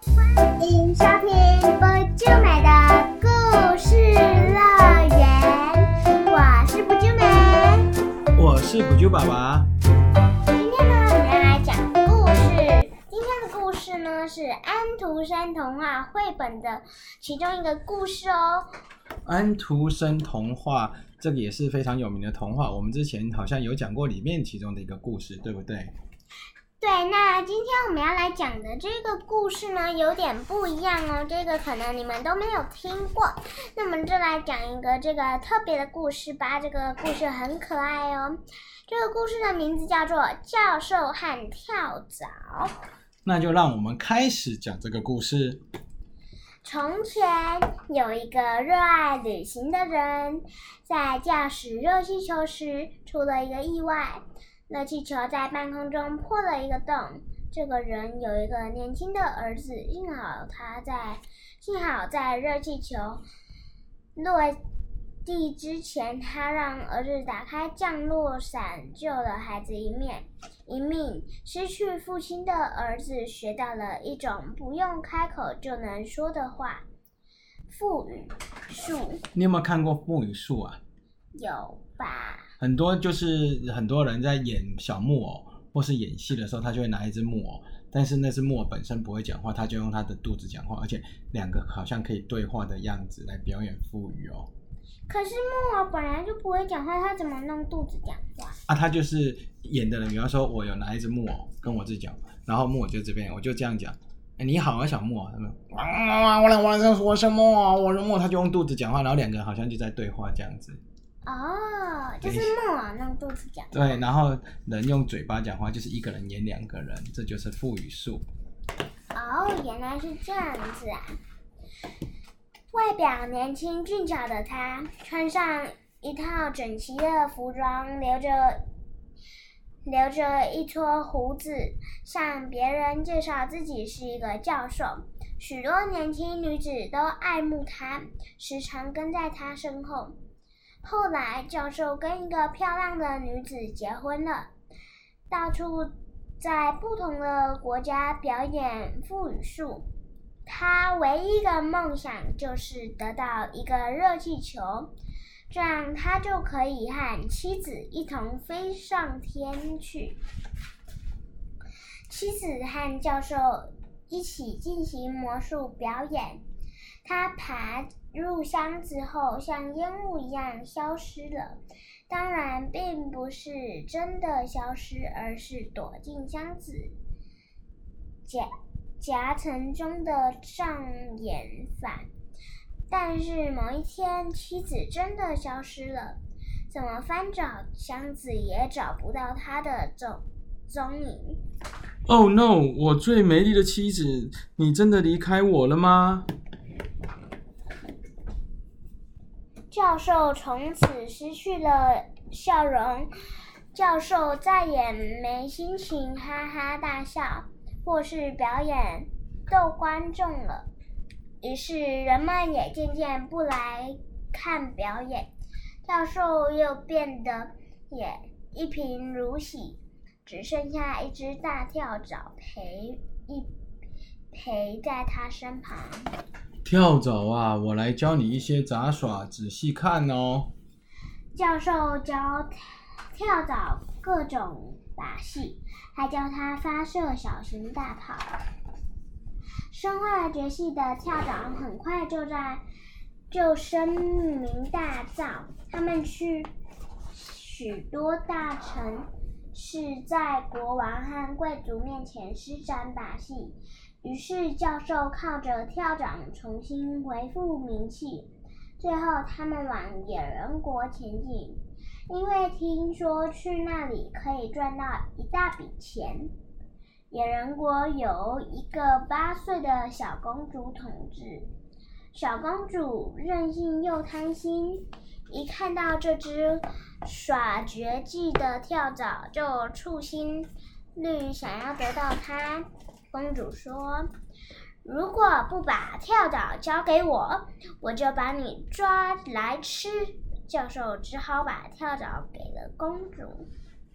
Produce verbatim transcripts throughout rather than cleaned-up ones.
欢迎收听不就美的故事乐园，我是不就美， 我是不就爸爸。 今天呢，我们要来讲故事。今天的故事呢是安徒生童话绘本的其中一个故事哦。 安徒生童话这个也是非常有名的童话，我们之前好像有讲过里面其中的一个故事，对不对？ 对，那今天我们要来讲的这个故事呢，有点不一样哦。这个可能你们都没有听过，那我们就来讲一个这个特别的故事吧。这个故事很可爱哦。这个故事的名字叫做《教授和跳蚤》。 那就让我们开始讲这个故事。 从前有一个热爱旅行的人，在驾驶热气球时出了一个意外。热气球在半空中破了一个洞。这个人有一个年轻的儿子，幸好他在幸好在热气球落地之前，他让儿子打开降落伞，救了孩子一命。一命。失去父亲的儿子学到了一种不用开口就能说的话——腹语术。 你有没有看过腹语术啊？ 有吧？ 很多就是很多人在演小木偶或是演戏的时候，他就会拿一只木偶，但是那只木偶本身不会讲话，他就用他的肚子讲话，而且两个好像可以对话的样子来表演腹语哦。 可是木偶本来就不会讲话，他怎么弄肚子讲话啊？他就是演的人，比方说我有拿一只木偶跟我自己讲，然后木偶就这边，我就这样讲，哎，你好啊，小木偶，他们哇哇哇，我来我在说什么？我是木偶，他就用肚子讲话，然后两个人好像就在对话这样子。 哦，就是木偶弄肚子讲话。 对，然后人用嘴巴讲话，就是一个人演两个人，这就是腹语术。 哦，原来是这样子啊。外表年轻俊俏的他，穿上一套整齐的服装，留着留着一撮胡子，向别人介绍自己是一个教授。许多年轻女子都爱慕他，时常跟在他身后。后来，教授跟一个漂亮的女子结婚了，到处在不同的国家表演腹语术。他唯一的梦想就是得到一个热气球，这样他就可以和妻子一同飞上天去。妻子和教授一起进行魔术表演，他爬入箱子后像烟雾一样消失了，当然并不是真的消失，而是躲进箱子夹夹层中的障眼法。但是某一天，妻子真的消失了，怎么翻找箱子也找不到她的踪踪影。 Oh no！ 我最美丽的妻子，你真的离开我了吗？ 教授从此失去了笑容，教授再也没心情哈哈大笑，或是表演逗观众了。于是人们也渐渐不来看表演，教授又变得也一贫如洗，只剩下一只大跳蚤陪一陪在他身旁。 跳蚤啊，我来教你一些杂耍，仔细看哦。 教授教跳蚤各种把戏，还教他发射小型大炮。身怀绝技的跳蚤很快就在就声名大噪，他们去许多大城市，在国王和贵族面前施展把戏。于是教授靠着跳蚤重新恢复名气。最后他们往野人国前进，因为听说去那里可以赚到一大笔钱。野人国有一个八岁的小公主统治，小公主任性又贪心，一看到这只耍绝技的跳蚤就处心率想要得到它。公主说，如果不把跳蚤交给我，我就把你抓来吃。教授只好把跳蚤给了公主。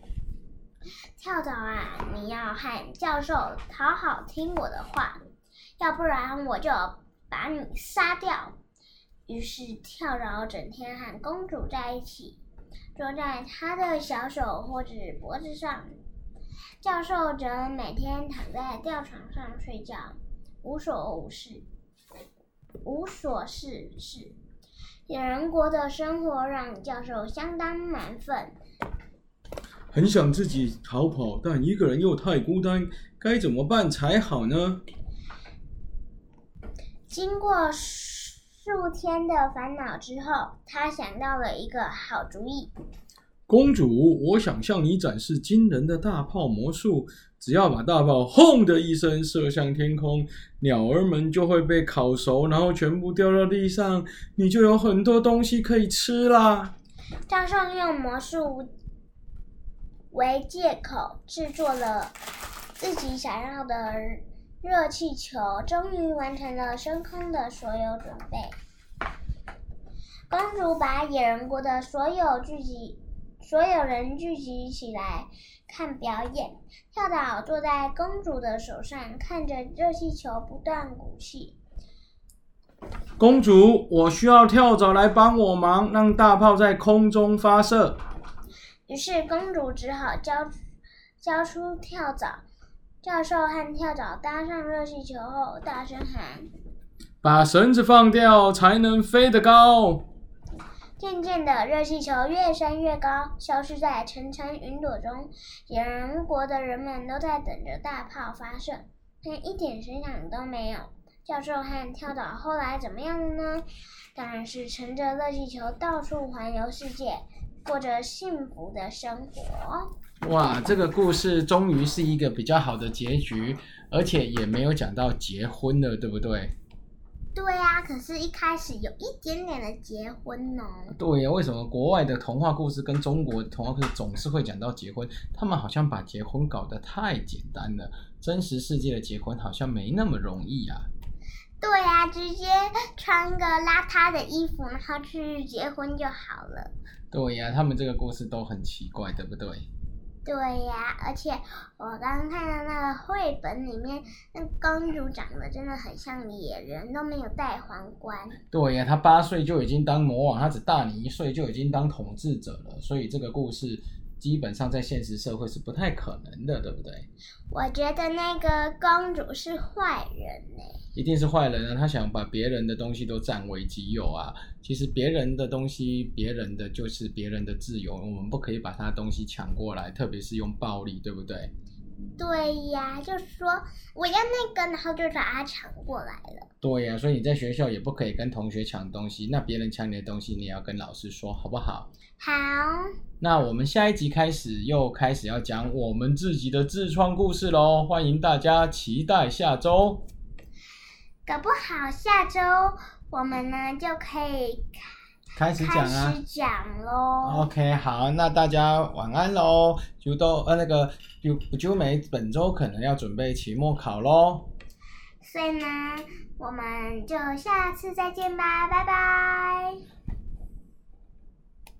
跳蚤啊，你要和教授好好听我的话， 要不然我就把你杀掉。于是跳蚤整天和公主在一起，坐在她的小手或者脖子上。教授则每天躺在吊床上睡觉，无所无事，无所事事。野人国的生活让教授相当满愤， 很想自己逃跑，但一个人又太孤单，该怎么办才好呢？ 经过数天的烦恼之后，他想到了一个好主意。 公主，我想向你展示惊人的大炮魔术。只要把大炮轰的一声射向天空，鸟儿们就会被烤熟，然后全部掉到地上，你就有很多东西可以吃啦。 教授用魔术为借口制作了自己想要的热气球，终于完成了升空的所有准备。公主把野人国的所有聚集所有人聚集起来看表演。跳蚤坐在公主的手上，看着热气球不断鼓气。 公主，我需要跳蚤来帮我忙，让大炮在空中发射。 于是公主只好交交出跳蚤。教授和跳蚤搭上热气球后，大声喊： 把绳子放掉，才能飞得高。 渐渐的，热气球越升越高，消失在层层云朵中。野人国的人们都在等着大炮发射，但一点声响都没有。教授和跳蚤后来怎么样了呢？当然是乘着热气球到处环游世界，过着幸福的生活。 哇，这个故事终于是一个比较好的结局，而且也没有讲到结婚了，对不对？ 对啊，可是一开始有一点点的结婚哦。 对呀，为什么国外的童话故事跟中国的童话故事总是会讲到结婚？他们好像把结婚搞得太简单了，真实世界的结婚好像没那么容易啊。 对啊，直接穿个邋遢的衣服，然后去结婚就好了。 对呀，他们这个故事都很奇怪，对不对？ 对呀，而且我刚刚看到那个绘本里面，那公主长得真的很像野人，都没有戴皇冠。 对呀，她八岁就已经当魔王，她只大你一岁就已经当统治者了，所以这个故事基本上在现实社会是不太可能的，对不对？ 我觉得那个公主是坏人耶。 一定是坏人啊！他想把别人的东西都占为己有啊！其实别人的东西，别人的就是别人的自由，我们不可以把他的东西抢过来，特别是用暴力，对不对？ 对呀，就是说我要那个，然后就把它抢过来了。 对呀，所以你在学校也不可以跟同学抢东西，那别人抢你的东西，你也要跟老师说，好不好？ 好。 那我们下一集开始又开始要讲我们自己的自创故事咯，欢迎大家期待下周。 搞不好下周我们呢就可以开始讲啊， 开始讲咯。 OK， 好，那大家晚安咯。就都呃那个不就美本周可能要准备期末考咯。 所以呢，我们就下次再见吧，拜拜。